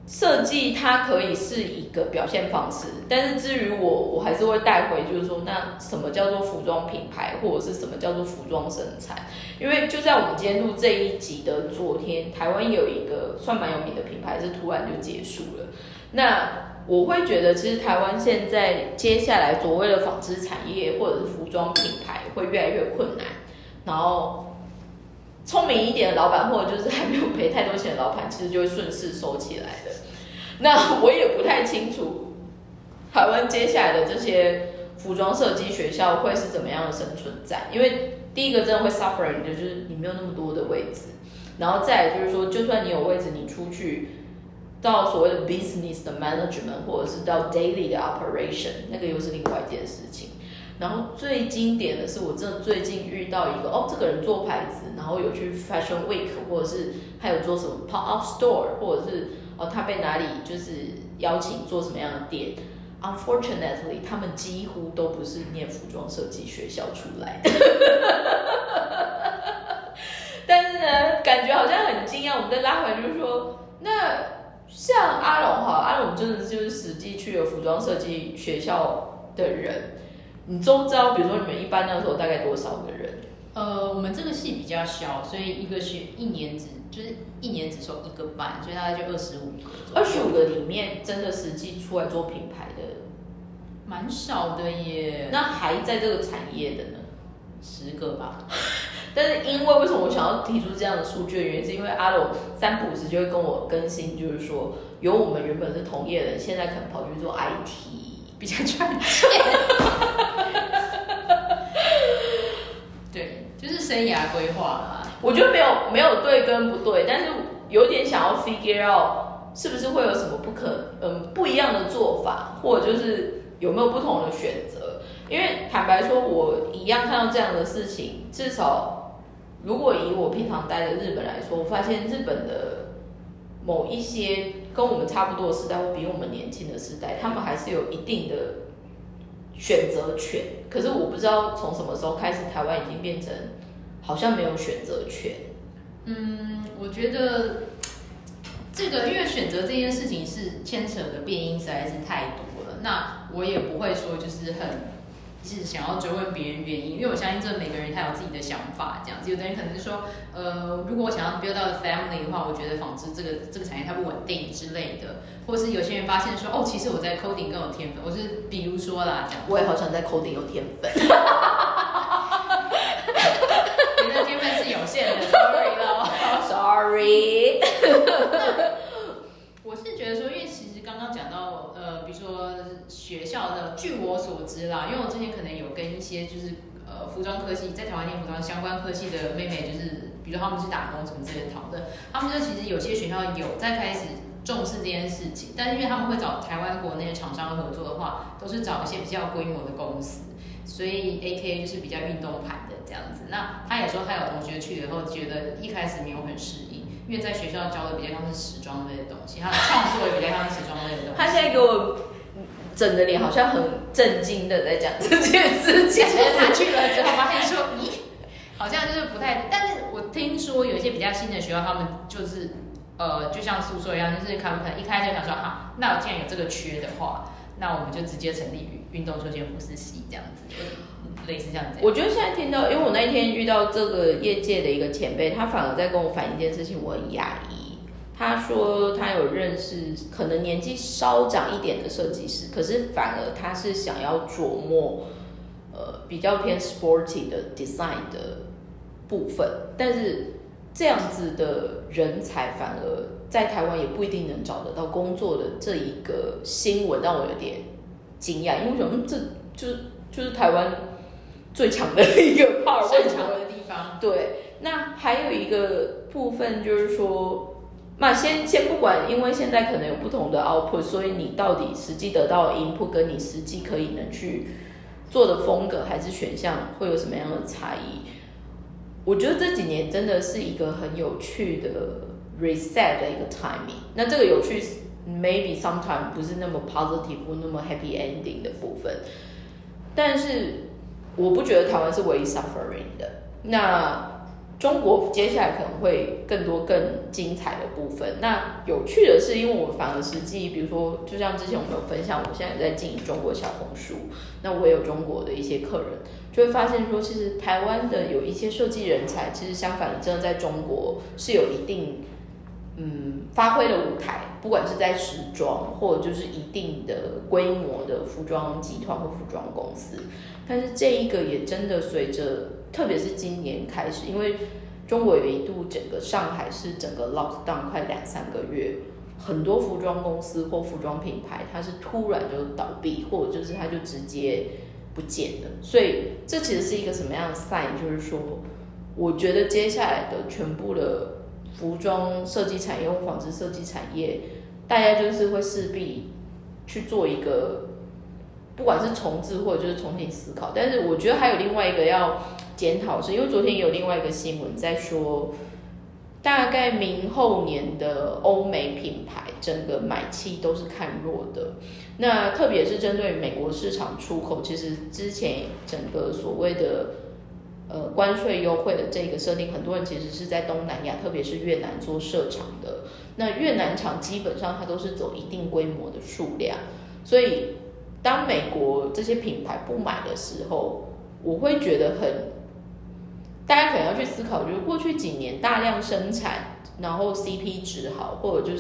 设计它可以是一个表现方式，但是至于我，我还是会带回，就是说，那什么叫做服装品牌，或者是什么叫做服装生产？因为就在我们今天录这一集的昨天，台湾有一个算蛮有名的品牌是突然就结束了。那我会觉得，其实台湾现在接下来所谓的纺织产业或者是服装品牌会越来越困难，然后聪明一点的老板，或者就是还没有赔太多钱的老板，其实就会顺势收起来的。那我也不太清楚台湾接下来的这些服装设计学校会是怎么样的生存战，因为第一个真的会 suffering 的就是你没有那么多的位置，然后再来就是说，就算你有位置，你出去到所谓的 business 的 management 或者是到 daily 的 operation， 那个又是另外一件事情。然后最经典的是，我真的最近遇到一个哦，这个人做牌子，然后有去 Fashion Week， 或者是还有做什么 pop up store， 或者是哦他被哪里就是邀请做什么样的店。Unfortunately， 他们几乎都不是念服装设计学校出来的。但是呢，感觉好像很惊讶。我们再拉回来就是说，那像阿龙哈，阿龙真的就是实际去了服装设计学校的人。你都知道，比如说你们一般那时候大概多少个人？ 呃，我们这个系比较小，所以一个学一年只就是一年只收一个班，所以大概就二十五个。 二十五个里面，真的实际出来做品牌的， 蛮少的耶。 那还在这个产业的呢？ 十个吧。 但是因为为什么我想要提出这样的数据的原因，是因为阿龙三不五时就会跟我更新，就是说有我们原本是同业的人，现在可能跑去做 I T， 比较赚钱。对，就是生涯规划啦。 我觉得没有没有对跟不对，但是有点想要 figure out 是不是会有什么不可嗯不一样的做法，或者就是有没有不同的选择。因为坦白说，我一样看到这样的事情，至少如果以我平常待的日本来说，我发现日本的某一些跟我们差不多的时代，或比我们年轻的时代，他们还是有一定的选择权。可是我不知道从什么时候开始，台湾已经变成好像没有选择权。嗯， 我觉得这个因为选择这件事情是牵扯的变因实在是太多了。那我也不会说就是很是想要追问别人原因，因为我相信这每个人他有自己的想法，这样子。有的人可能是说，呃，如果我想要 build out family 的话，我觉得纺织这个这个产业它不稳定之类的，或是有些人发现说，哦，其实我在 coding 更有天分，我是比如说啦，这样。 我也好想在 coding 有天分。 你的天分是有限的 ，sorry 咯 ，sorry 。 我是觉得说，因为其实刚刚讲到，呃，比如说学校的，据我所知啦，因为我之前可能有跟一些就是呃服装科系，在台湾念服装相关科系的妹妹，就是比如说他们去打工什么之类的讨论，他们就其实有些学校有在开始重视这件事情，但是因为他们会找台湾国内的厂商合作的话，都是找一些比较规模的公司，所以 A K A 就是比较运动盘的这样子。那他也说他有同学去了后，觉得一开始没有很适应。因为在学校教的比较像是时装类的东西，他的创作也比较像是时装类的东西。 他现在给我整个脸好像很震惊的在讲这件事情。 其实他去了之后发现说，咦，好像就是不太。但是我听说有一些比较新的学校，他们就是呃，就像宿舍一样，就是他们可能一开始就想说，好，那我既然有这个缺的话，那我们就直接成立运动休闲服饰系这样子。类似这样子， 我觉得现在听到，因为我那一天遇到这个业界的一个前辈，他反而在跟我反映一件事情，我很讶异。他说他有认识可能年纪稍长一点的设计师，可是反而他是想要琢磨，呃，比较偏 sporty 的 design 的部分，但是这样子的人才反而在台湾也不一定能找得到工作的这一个新闻让我有点惊讶，因为我想，嗯，这就是就是台湾最强的一个 part， 擅长的地方。 对，那还有一个部分就是说，那先先不管，因为现在可能有不同的 output， 所以你到底实际得到的 input 跟你实际可以能去做的风格还是选项会有什么样的差异？我觉得这几年真的是一个很有趣的 reset 的一个 timing。那这个有趣 maybe sometimes 不是那么 positive 或那么 happy ending 的部分，但是我不觉得台湾是唯一 suffering 的。那中国接下来可能会更多更精彩的部分。那有趣的是，因为我反而实际，比如说，就像之前我们有分享，我现在在经营中国小红书，那我也有中国的一些客人，就会发现说，其实台湾的有一些设计人才，其实相反的，真的在中国是有一定嗯发挥的舞台，不管是在时装，或者就是一定的规模的服装集团或服装公司。但是这一个也真的随着，特别是今年开始，因为中国有一度整个上海是整个 lockdown 快两三个月，很多服装公司或服装品牌它是突然就倒闭，或者就是它就直接不见了。所以这其实是一个什么样的 sign？ 就是说，我觉得接下来的全部的服装设计产业或纺织设计产业，大家就是会势必去做一个。不管是重置或者就是重新思考，但是我觉得还有另外一个要检讨，是因为昨天有另外一个新闻在说，大概明后年的欧美品牌整个买气都是看弱的。那特别是针对美国市场出口，其实之前整个所谓的呃关税优惠的这个设定，很多人其实是在东南亚，特别是越南做设厂的。那越南厂基本上它都是走一定规模的数量，所以当美国这些品牌不买的时候，我会觉得很，大家可能要去思考，就是过去几年大量生产，然后 C P 值好，或者就是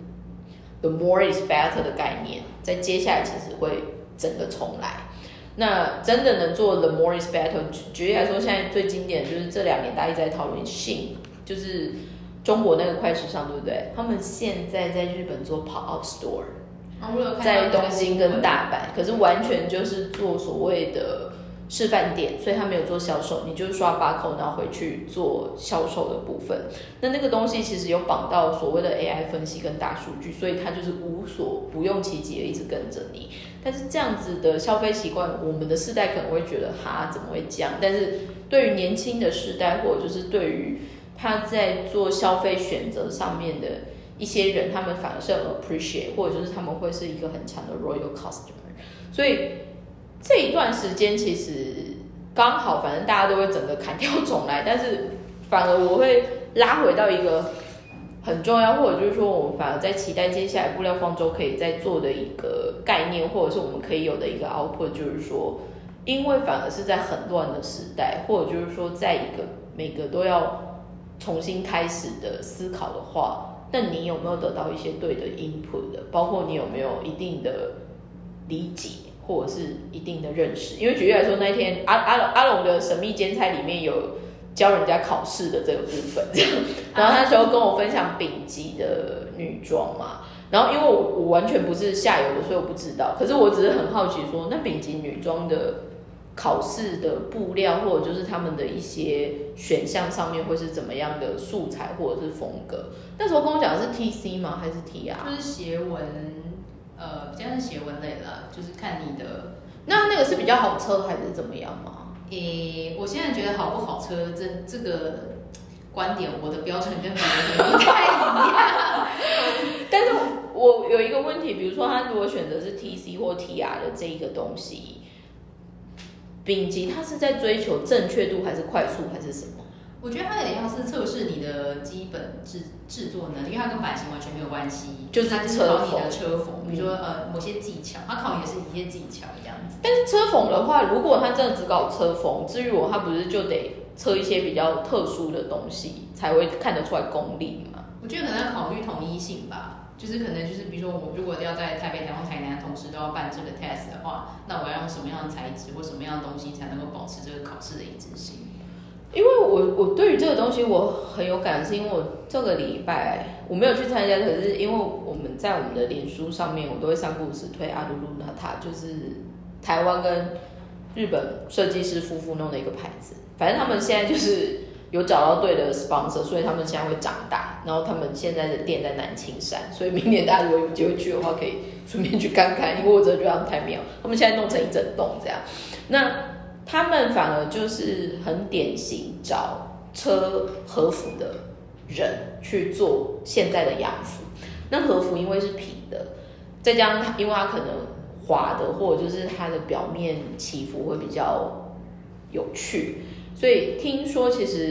the more is better 的概念，在接下来其实会整个重来。那真的能做 the more is better， 举例来说，现在最经典的就是这两年大家一直在讨论 Shein， 就是中国那个快时尚，对不对？他们现在在日本做 pop-up store。在东京跟大阪，可是完全就是做所谓的示范店，所以他没有做销售，你就刷八扣，然后回去做销售的部分。那那个东西其实有绑到所谓的 A I 分析跟大数据，所以它就是无所不用其极的一直跟着你。但是这样子的消费习惯，我们的世代可能会觉得哈怎么会这样？但是对于年轻的世代，或者就是对于他在做消费选择上面的一些人，他们反而是很 appreciate， 或者就是他们会是一个很强的 royal customer。所以这一段时间其实刚好，反正大家都会整个砍掉重来，但是反而我会拉回到一个很重要，或者就是说我们反而在期待接下来布料方舟可以在做的一个概念，或者是我们可以有的一个 output， 就是说，因为反而是在很乱的时代，或者就是说在一个每个都要重新开始的思考的话。那你有没有得到一些对的 input 的？包括你有没有一定的理解，或者是一定的认识？因为举例来说，那一天阿阿阿龙的神秘兼差里面有教人家考试的这个部分，这样。然后他那时候跟我分享丙级的女装嘛，然后因为我我完全不是下游的，所以我不知道。可是我只是很好奇说，那丙级女装的考试的布料，或者就是他们的一些选项上面会是怎么样的素材或者是风格？那时候跟我讲的是 T C 吗？还是 T R？ 就是斜纹，呃，比较是斜纹类啦，就是看你的。 那那个是比较好测还是怎么样吗？ 诶，我现在觉得好不好测，这这个观点，我的标准跟别人不太一样。 但是我有一个问题，比如说他如果选择是 T C 或 T R 的这一个东西。丙级它是在追求正确度还是快速还是什么？ 我觉得它有点像是测试你的基本制制作能力，因为它跟版型完全没有关系， 就是它就是考你的车缝，比如说呃某些技巧，它考你也是一些技巧这样子。 但是车缝的话，如果他真的只搞车缝，至于我他不是就得测一些比较特殊的东西，才会看得出来功力吗？ 我觉得可能要考虑统一性吧。就是可能就是比如说我如果要在台北、台中、台南同时都要办这个 test 的话，那我要用什么样的材质或什么样的东西才能够保持这个考试的一致性？ 因为我我对于这个东西我很有感，是因为我这个礼拜我没有去参加，可是因为我们在我们的脸书上面，我都会三不五时推阿鲁鲁娜塔，就是台湾跟日本设计师夫妇弄的一个牌子，反正他们现在就是有找到对的 sponsor， 所以他们现在会长大，然后他们现在的店在南青山，所以明年大家如果有机会去的话，可以顺便去看看，因为我真的觉得他们太妙，他们现在弄成一整栋这样。那他们反而就是很典型找车和服的人去做现在的洋服。那和服因为是平的，再加上它因为它可能滑的，或者就是它的表面起伏会比较有趣，所以听说其实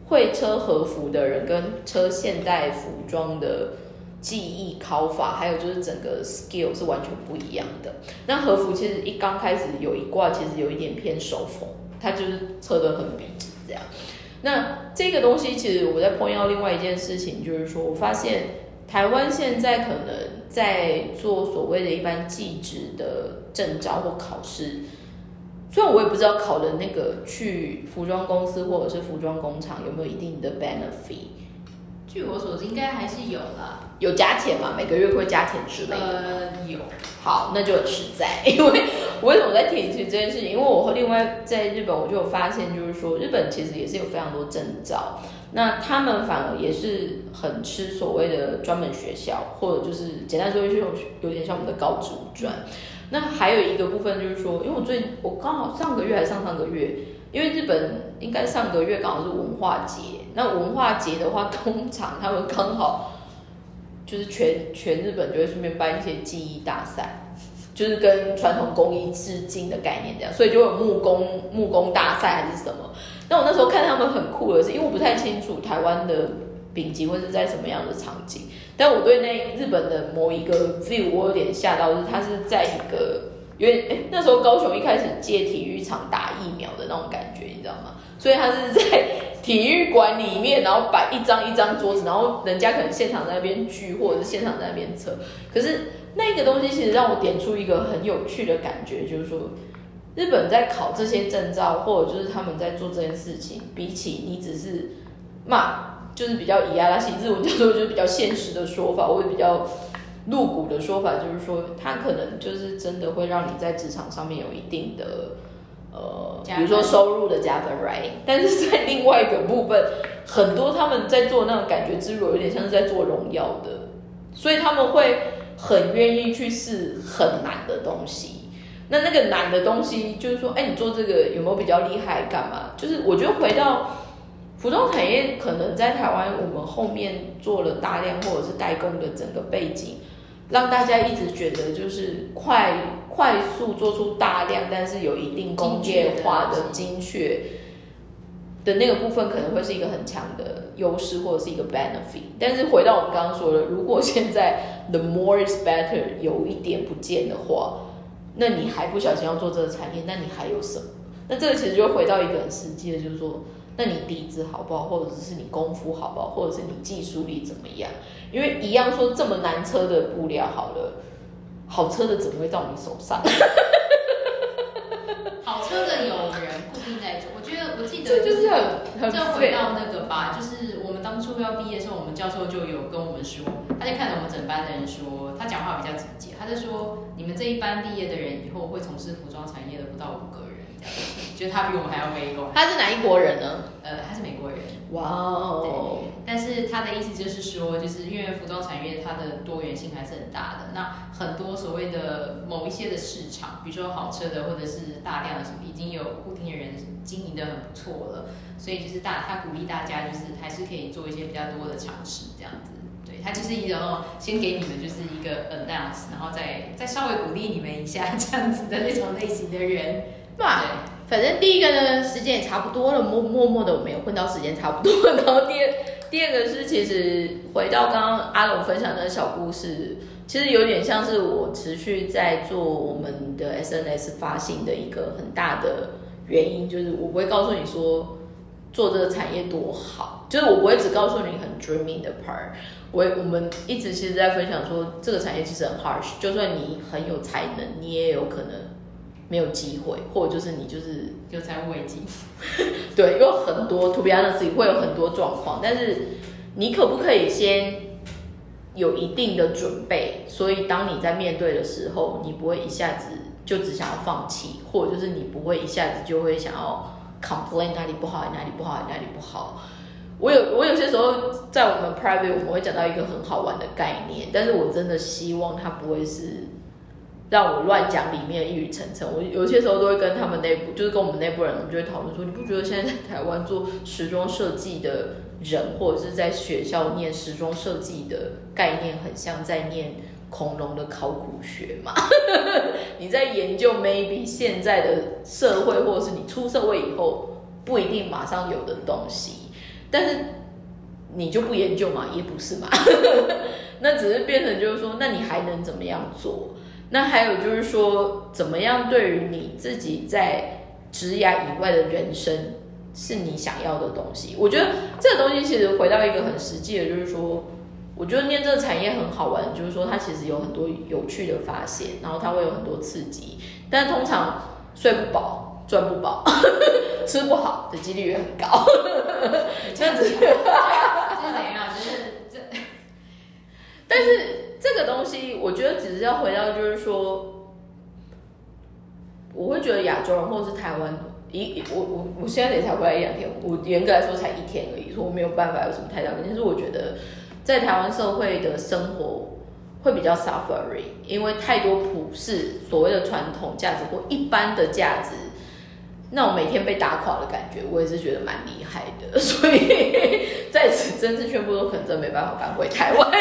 会车和服的人跟车现代服装的技艺考法，还有就是整个 skill 是完全不一样的。那和服其实一刚开始有一挂，其实有一点偏手缝，它就是车得很笔直这样。那这个东西其实我在point out另外一件事情，就是说我发现台湾现在可能在做所谓的一般技职的证照或考试，虽然我也不知道考的那个去服装公司或者是服装工厂有没有一定的 benefit。 据我所知，应该还是有啦。 有加钱吗？每个月会加钱之类的？ 呃，有。 好，那就很实在。因为我为什么在提起这件事情？因为我另外在日本，我就有发现，就是说日本其实也是有非常多证照，那他们反而也是很吃所谓的专门学校，或者就是简单说就是有点像我们的高职五专。那还有一个部分就是说，因为我最我刚好上个月还是上上个月，因为日本应该上个月刚好是文化节，那文化节的话，通常他们刚好就是全全日本就会顺便办一些技艺大赛，就是跟传统工艺致敬的概念这样，所以就有木工木工大赛还是什么。那我那时候看他们很酷的是，因为我不太清楚台湾的丙级会是在什么样的场景，但我对那日本的某一个 view 我有点吓到，就是它是在一个有点哎那时候高雄一开始借体育场打疫苗的那种感觉，你知道吗？所以它是在体育馆里面，然后摆一张一张桌子，然后人家可能现场在那边聚，或者是现场在那边测。可是那个东西其实让我点出一个很有趣的感觉，就是说日本在考这些证照，或者就是他们在做这件事情，比起你只是嘛。就是比较以阿拉西日文叫做就是比较现实的说法，或者比较露骨的说法，就是说它可能就是真的会让你在职场上面有一定的呃，比如说收入的加分 ，right？ 但是在另外一个部分，很多他们在做那种感觉之路，有点像是在做荣耀的，所以他们会很愿意去试很难的东西。那那个难的东西，就是说，哎，你做这个有没有比较厉害？干嘛？就是我觉得回到。服装产业可能在台湾，我们后面做了大量或者是代工的整个背景，让大家一直觉得就是快快速做出大量，但是有一定工业化的精确的那个部分，可能会是一个很强的优势或者是一个 benefit。但是回到我们刚刚说的，如果现在 the more is better 有一点不见的话，那你还不小心要做这个产业，那你还有什么？那这个其实就回到一个很实际的，就是说。那你底子好不好，或者是你功夫好不好，或者是你技术力怎么样？因为一样说这么难车的布料好了，好车的怎么会到你手上？ 好车的有人固定在做，我觉得我记得这就是很很这回到那个吧，就是我们当初要毕业的时候，我们教授就有跟我们说，他就看着我们整班的人说，他讲话比较直接，他就说你们这一班毕业的人以后会从事服装产业的不到五个人。就是他比我们还要威风。 他是哪一国人呢？ 呃，他是美国人。 哇哦！ 但是他的意思就是说，就是因为服装产业它的多元性还是很大的，那很多所谓的某一些的市场，比如说好车的或者是大量的什么，已经有固定的人经营的很不错了，所以就是大他鼓励大家就是还是可以做一些比较多的尝试这样子。对，他就是一种先给你们就是一个 announce， 然后再再稍微鼓励你们一下这样子的那种类型的人。 对，反正第一个呢，时间也差不多了，默默默的我们有混到时间差不多。然后第二第二个是，其实回到刚刚阿龙分享的小故事，其实有点像是我持续在做我们的 S N S 发信的一个很大的原因，就是我不会告诉你说做这个产业多好，就是我不会只告诉你很 dreaming 的 part。我我们一直其实在分享说，这个产业其实很 harsh， 就算你很有才能，你也有可能。没有机会，或者就是你就是有财务危机， 对，有很多 to be honest 会有很多状况，但是你可不可以先有一定的准备？所以当你在面对的时候，你不会一下子就只想要放弃，或者就是你不会一下子就会想要 complain 哪里不好，哪里不好，哪里不好。我有我有些时候在我们 private 我们会讲到一个很好玩的概念，但是我真的希望它不会是。让我乱讲里面一语成谶，我有些时候都会跟他们内部，就是跟我们内部人，我们就会讨论说，你不觉得现在在台湾做时装设计的人，或者是在学校念时装设计的概念，很像在念恐龙的考古学嘛？你在研究 maybe 现在的社会，或者是你出社会以后不一定马上有的东西。 但是你就不研究嘛？也不是嘛。那只是变成就是说，那你还能怎么样做？那还有就是说，怎么样对于你自己在职涯以外的人生是你想要的东西？我觉得这个东西其实回到一个很实际的，就是说，我觉得念这个产业很好玩，就是说它其实有很多有趣的发现，然后它会有很多刺激，但通常睡不饱、赚不饱、吃不好的几率也很高。这样子，这是怎样？就是这， 但是这个东西，我觉得只是要回到，就是说，我会觉得亚洲人或者是台湾，一我我我现在也才回来一两天，我严格来说才一天而已，所以我没有办法有什么太大问题。但是我觉得在台湾社会的生活会比较 suffering， 因为太多普世所谓的传统价值或一般的价值，那种每天被打垮的感觉，我也是觉得蛮厉害的。所以在此真是宣布说，可能真没办法搬回台湾。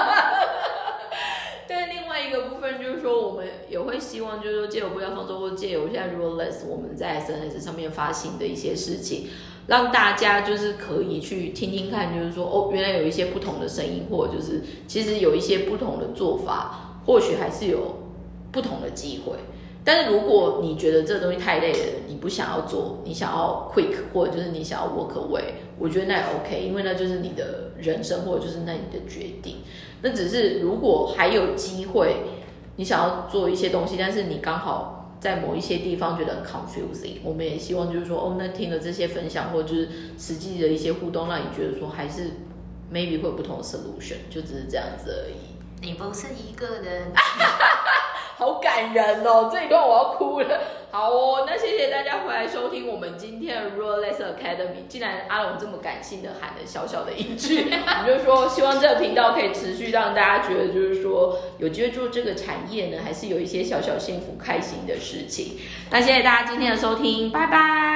但另外一个部分就是说，我们也会希望，就是说借由不要放纵，或借由现在 Ruralist 我们在 S N S 上面发行的一些事情，让大家就是可以去听听看，就是说哦，原来有一些不同的声音，或者就是其实有一些不同的做法，或许还是有不同的机会。但是如果你觉得这个东西太累了，你不想要做，你想要 quick， 或者就是你想要 work away， 我觉得那也 OK， 因为那就是你的人生，或者就是那你的决定。那只是如果还有机会，你想要做一些东西，但是你刚好在某一些地方觉得很 confusing， 我们也希望就是说，哦，那听了这些分享，或者就是实际的一些互动，让你觉得说还是 maybe 会有不同的 solution， 就只是这样子而已。 你不是一个人。 好感人哦，这一段我要哭了。好哦，那谢谢大家回来收听我们今天的 Ruralist Academy。既然阿龙这么感性的喊了小小的一句，我们就说希望这个频道可以持续让大家觉得，就是说有机会做这个产业呢，还是有一些小小幸福开心的事情。那谢谢大家今天的收听，拜拜。